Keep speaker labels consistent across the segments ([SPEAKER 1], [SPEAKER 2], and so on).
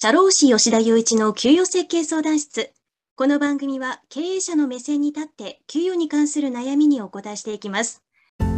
[SPEAKER 1] 社労士吉田雄一の給与設計相談室。この番組は経営者の目線に立って給与に関する悩みにお答えしていきます。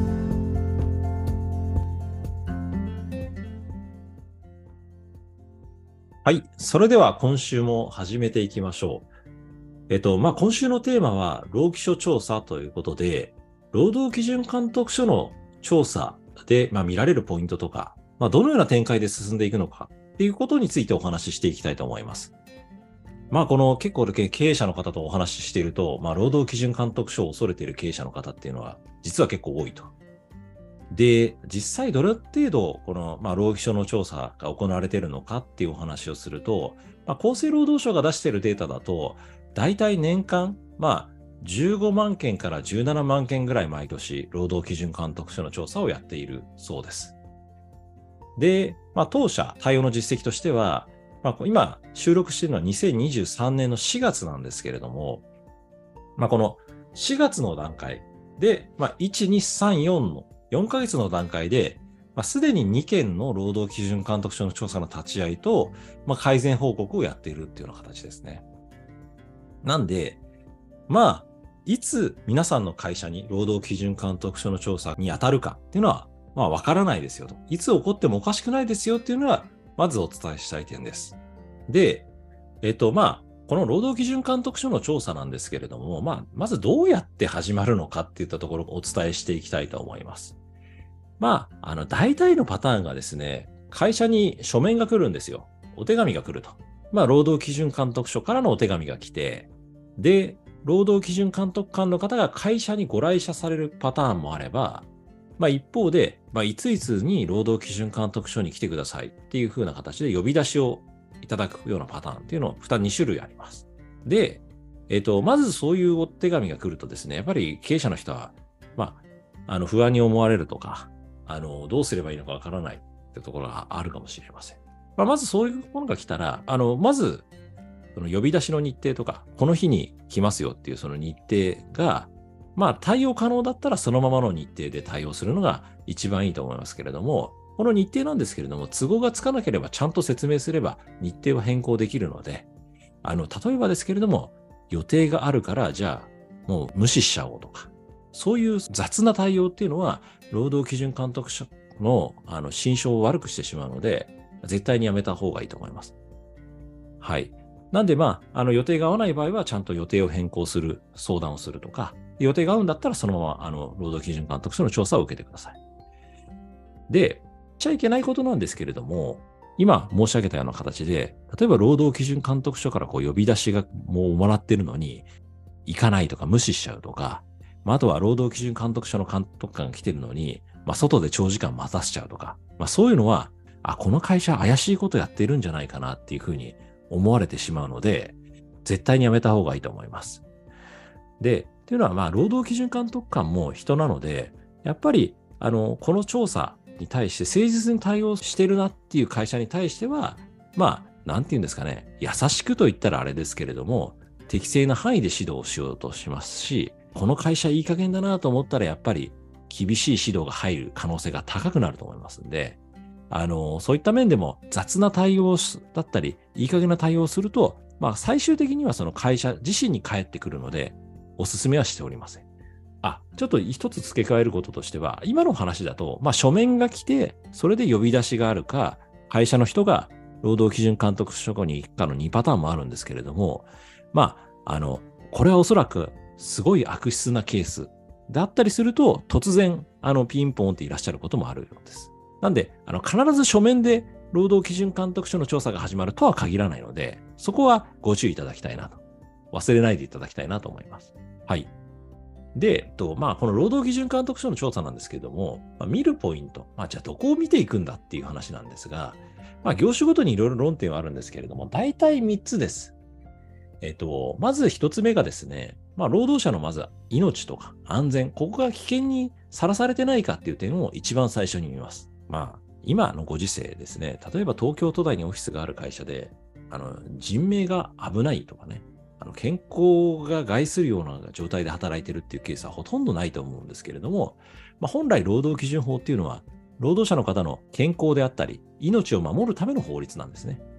[SPEAKER 2] はい。それでは今週も始めていきましょう。今週のテーマは労基署調査ということで、労働基準監督署の調査で、見られるポイントとか、どのような展開で進んでいくのかっていうことについてお話ししていきたいと思います。この結構経営者の方とお話ししていると、労働基準監督署を恐れている経営者の方っていうのは、実は結構多いと。で、実際どれ程度、この、労基署の調査が行われているのかっていうお話をすると、厚生労働省が出しているデータだと、だいたい年間、15万件から17万件ぐらい毎年、労働基準監督署の調査をやっているそうです。で、当社対応の実績としては、今収録しているのは2023年の4月なんですけれども、この4月の段階で、1、2、3、4の4ヶ月の段階で、すでに2件の労働基準監督署の調査の立ち会いと、改善報告をやっているっていうような形ですね。なんで、いつ皆さんの会社に労働基準監督署の調査に当たるかっていうのは、わからないですよと。いつ起こってもおかしくないですよっていうのは、まずお伝えしたい点です。で、この労働基準監督署の調査なんですけれども、まずどうやって始まるのかっていったところをお伝えしていきたいと思います。大体のパターンがですね、会社に書面が来るんですよ。お手紙が来ると。労働基準監督署からのお手紙が来て、で、労働基準監督官の方が会社にご来社されるパターンもあれば、一方で、いついつに労働基準監督署に来てくださいっていう風な形で呼び出しをいただくようなパターンっていうのを2種類あります。で、まずそういうお手紙が来るとですね、やっぱり経営者の人は、不安に思われるとか、どうすればいいのかわからないってところがあるかもしれません。まずそういうものが来たら、まず、その呼び出しの日程とか、この日に来ますよっていうその日程が、対応可能だったらそのままの日程で対応するのが一番いいと思いますけれども、この日程なんですけれども、都合がつかなければちゃんと説明すれば日程は変更できるので、例えばですけれども、予定があるから、じゃあ、もう無視しちゃおうとか、そういう雑な対応っていうのは、労働基準監督署の心証を悪くしてしまうので、絶対にやめた方がいいと思います。はい。なんで、予定が合わない場合は、ちゃんと予定を変更する、相談をするとか、予定が合うんだったら、そのまま、労働基準監督署の調査を受けてください。で、しちゃいけないことなんですけれども、今申し上げたような形で、例えば労働基準監督署から呼び出しがもらってるのに、行かないとか無視しちゃうとか、あとは労働基準監督署の監督官が来てるのに、外で長時間待たせちゃうとか、そういうのは、この会社怪しいことやってるんじゃないかなっていうふうに思われてしまうので、絶対にやめた方がいいと思います。で、っていうのは、労働基準監督官も人なので、やっぱり、この調査に対して誠実に対応してるなっていう会社に対しては、なんて言うんですかね、優しくと言ったらあれですけれども、適正な範囲で指導をしようとしますし、この会社いい加減だなと思ったらやっぱり厳しい指導が入る可能性が高くなると思いますんで、そういった面でも雑な対応だったり、いい加減な対応をすると、最終的にはその会社自身に返ってくるので、お勧めはしておりません。ちょっと一つ付け加えることとしては、今の話だと、書面が来て、それで呼び出しがあるか、会社の人が労働基準監督署に行くかの2パターンもあるんですけれども、これはおそらくすごい悪質なケースだったりすると、突然、ピンポンっていらっしゃることもあるようです。なんで、必ず書面で労働基準監督署の調査が始まるとは限らないので、そこはご注意いただきたいなと。忘れないでいただきたいなと思います。はい。で、この労働基準監督署の調査なんですけれども、見るポイント、じゃあどこを見ていくんだっていう話なんですが、業種ごとにいろいろ論点はあるんですけれども、大体3つです。まず1つ目がですね、労働者のまず命とか安全、ここが危険にさらされてないかっていう点を一番最初に見ます。今のご時世ですね、例えば東京都内にオフィスがある会社で、人命が危ないとかね、健康が害するような状態で働いてるっていうケースはほとんどないと思うんですけれども、本来労働基準法っていうのは、労働者の方の健康であったり、命を守るための法律なんですね。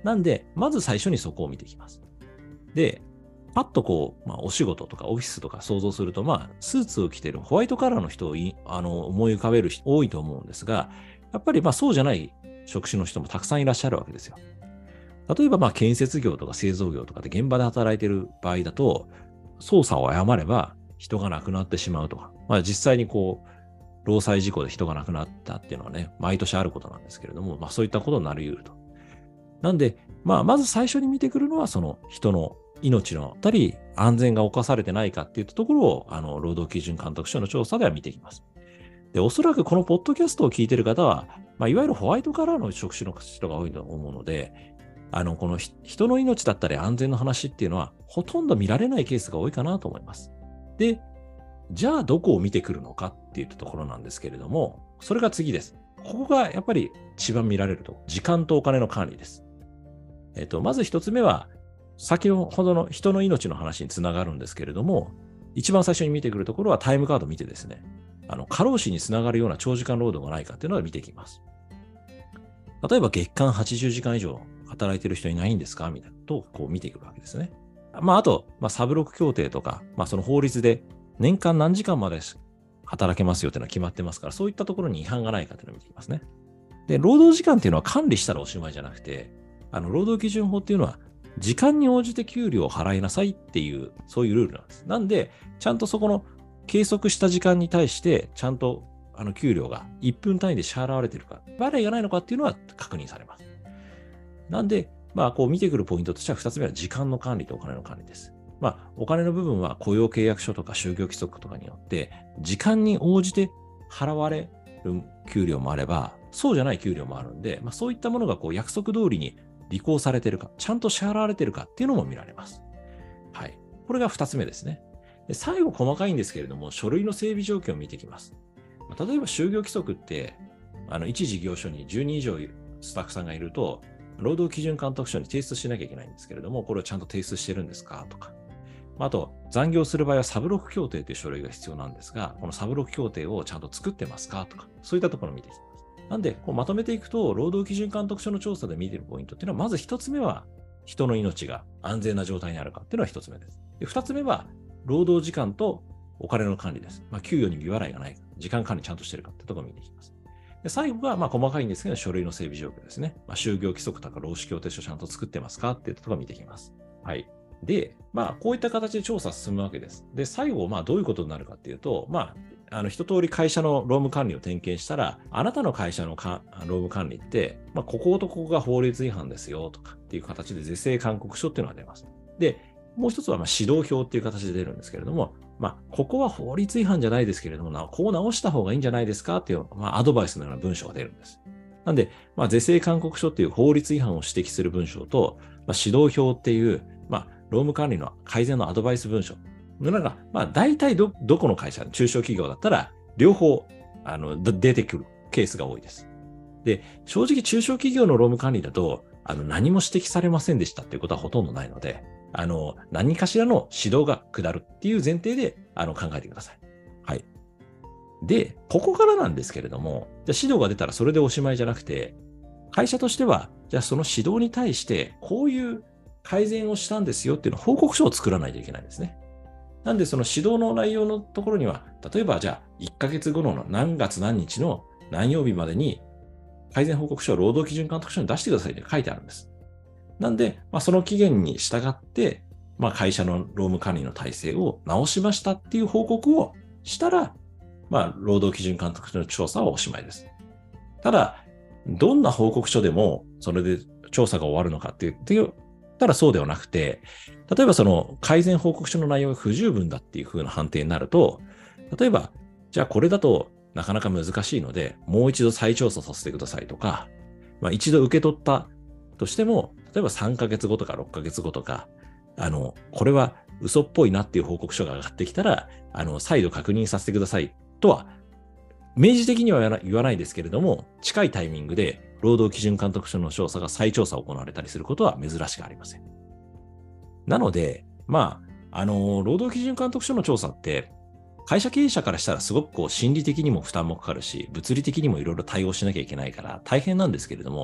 [SPEAKER 2] なんで、まず最初にそこを見ていきます。で、パッとお仕事とかオフィスとか想像すると、スーツを着ているホワイトカラーの人を思い浮かべる人多いと思うんですが、やっぱりそうじゃない職種の人もたくさんいらっしゃるわけですよ。例えば建設業とか製造業とかで現場で働いている場合だと、操作を誤れば人が亡くなってしまうとか、実際に労災事故で人が亡くなったっていうのはね、毎年あることなんですけれども、そういったことになり得ると。なんで、まず最初に見てくるのは、その人の命のあたり、安全が侵されてないかっていったところを、労働基準監督署の調査では見ていきます。で、おそらくこのポッドキャストを聞いている方は、いわゆるホワイトカラーの職種の人が多いと思うので、この人の命だったり安全の話っていうのは、ほとんど見られないケースが多いかなと思います。で、じゃあどこを見てくるのかっていったところなんですけれども、それが次です。ここがやっぱり一番見られると、時間とお金の管理です。まず一つ目は、先ほどの人の命の話につながるんですけれども、一番最初に見てくるところはタイムカードを見てですね、過労死につながるような長時間労働がないかっていうのを見ていきます。例えば月間80時間以上働いている人いないんですかみたいなことを見ていくわけですね。あと、サブロック協定とか、その法律で年間何時間まで働けますよっていうのは決まってますから、そういったところに違反がないかっていうのを見ていきますね。で、労働時間っていうのは管理したらおしまいじゃなくて、労働基準法っていうのは、時間に応じて給料を払いなさいっていう、そういうルールなんです。なんで、ちゃんとそこの計測した時間に対して、ちゃんと給料が1分単位で支払われているか、払いがないのかっていうのは確認されます。なんで、見てくるポイントとしては2つ目は時間の管理とお金の管理です。お金の部分は雇用契約書とか就業規則とかによって、時間に応じて払われる給料もあれば、そうじゃない給料もあるんで、そういったものが約束通りに履行されているか、ちゃんと支払われているかっていうのも見られます。はい。これが2つ目ですね。で、最後細かいんですけれども、書類の整備状況を見ていきます。例えば就業規則って、一事業所に10人以上スタッフさんがいると、労働基準監督署に提出しなきゃいけないんですけれども、これをちゃんと提出してるんですかとか。あと、残業する場合はサブロック協定という書類が必要なんですが、このサブロック協定をちゃんと作ってますかとか、そういったところを見ていきます。なんで、まとめていくと、労働基準監督署の調査で見ているポイントっていうのは、まず一つ目は、人の命が安全な状態にあるかっていうのは一つ目です。で、二つ目は、労働時間とお金の管理です。給与に未払いがないか、時間管理ちゃんとしてるかってところを見ていきます。で、最後が、細かいんですけど、書類の整備状況ですね。就業規則とか労使協定書ちゃんと作ってますかっていうところを見ていきます。はい。で、こういった形で調査進むわけです。で、最後、どういうことになるかっていうと、一通り会社の労務管理を点検したら、あなたの会社の労務管理って、こことここが法律違反ですよとかっていう形で是正勧告書っていうのが出ます。で、もう一つは指導表っていう形で出るんですけれども、ここは法律違反じゃないですけれども、こう直した方がいいんじゃないですかっていう、アドバイスのような文章が出るんです。なんで、是正勧告書っていう法律違反を指摘する文章と、指導表っていう、労務管理の改善のアドバイス文書の中、大体どこの会社、中小企業だったら、両方、出てくるケースが多いです。で、正直中小企業の労務管理だと、何も指摘されませんでしたっていうことはほとんどないので、何かしらの指導が下るっていう前提で、考えてください。はい。で、ここからなんですけれども、じゃあ指導が出たらそれでおしまいじゃなくて、会社としては、じゃあその指導に対して、こういう改善をしたんですよっていうの報告書を作らないといけないんですね。なんでその指導の内容のところには、例えばじゃあ1ヶ月後の何月何日の何曜日までに改善報告書を労働基準監督署に出してくださいって書いてあるんです。なんで、その期限に従って、会社の労務管理の体制を直しましたっていう報告をしたら、労働基準監督署の調査はおしまいです。ただ、どんな報告書でもそれで調査が終わるのかって言ったらそうではなくて、例えばその改善報告書の内容が不十分だっていう風な判定になると、例えば、じゃあこれだとなかなか難しいので、もう一度再調査させてくださいとか、一度受け取ったとしても、例えば3ヶ月後とか6ヶ月後とか、これは嘘っぽいなっていう報告書が上がってきたら、再度確認させてくださいとは、明示的には言わないですけれども、近いタイミングで労働基準監督署の調査が再調査を行われたりすることは珍しくありません。なので、労働基準監督署の調査って、会社経営者からしたらすごく心理的にも負担もかかるし、物理的にもいろいろ対応しなきゃいけないから大変なんですけれども、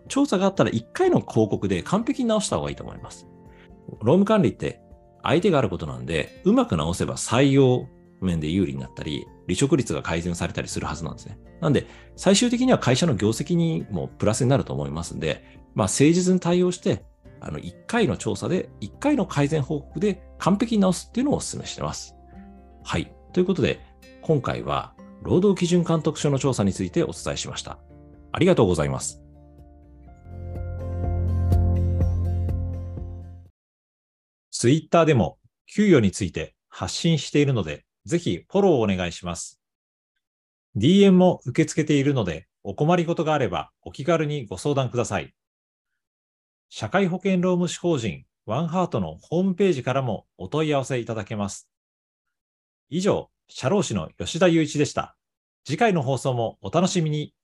[SPEAKER 2] 調査があったら1回の広告で完璧に直した方がいいと思います。労務管理って相手があることなんで、うまく直せば採用面で有利になったり、離職率が改善されたりするはずなんですね。なんで、最終的には会社の業績にもプラスになると思いますんで、誠実に対応して、1回の調査で、1回の改善報告で完璧に直すっていうのをお勧めしています。はい。ということで、今回は、労働基準監督署の調査についてお伝えしました。ありがとうございます。Twitter でも給与について発信しているので、ぜひフォローをお願いします。DM も受け付けているので、お困りごとがあればお気軽にご相談ください。社会保険労務士法人ワンハートのホームページからもお問い合わせいただけます。以上、社労士の吉田雄一でした。次回の放送もお楽しみに。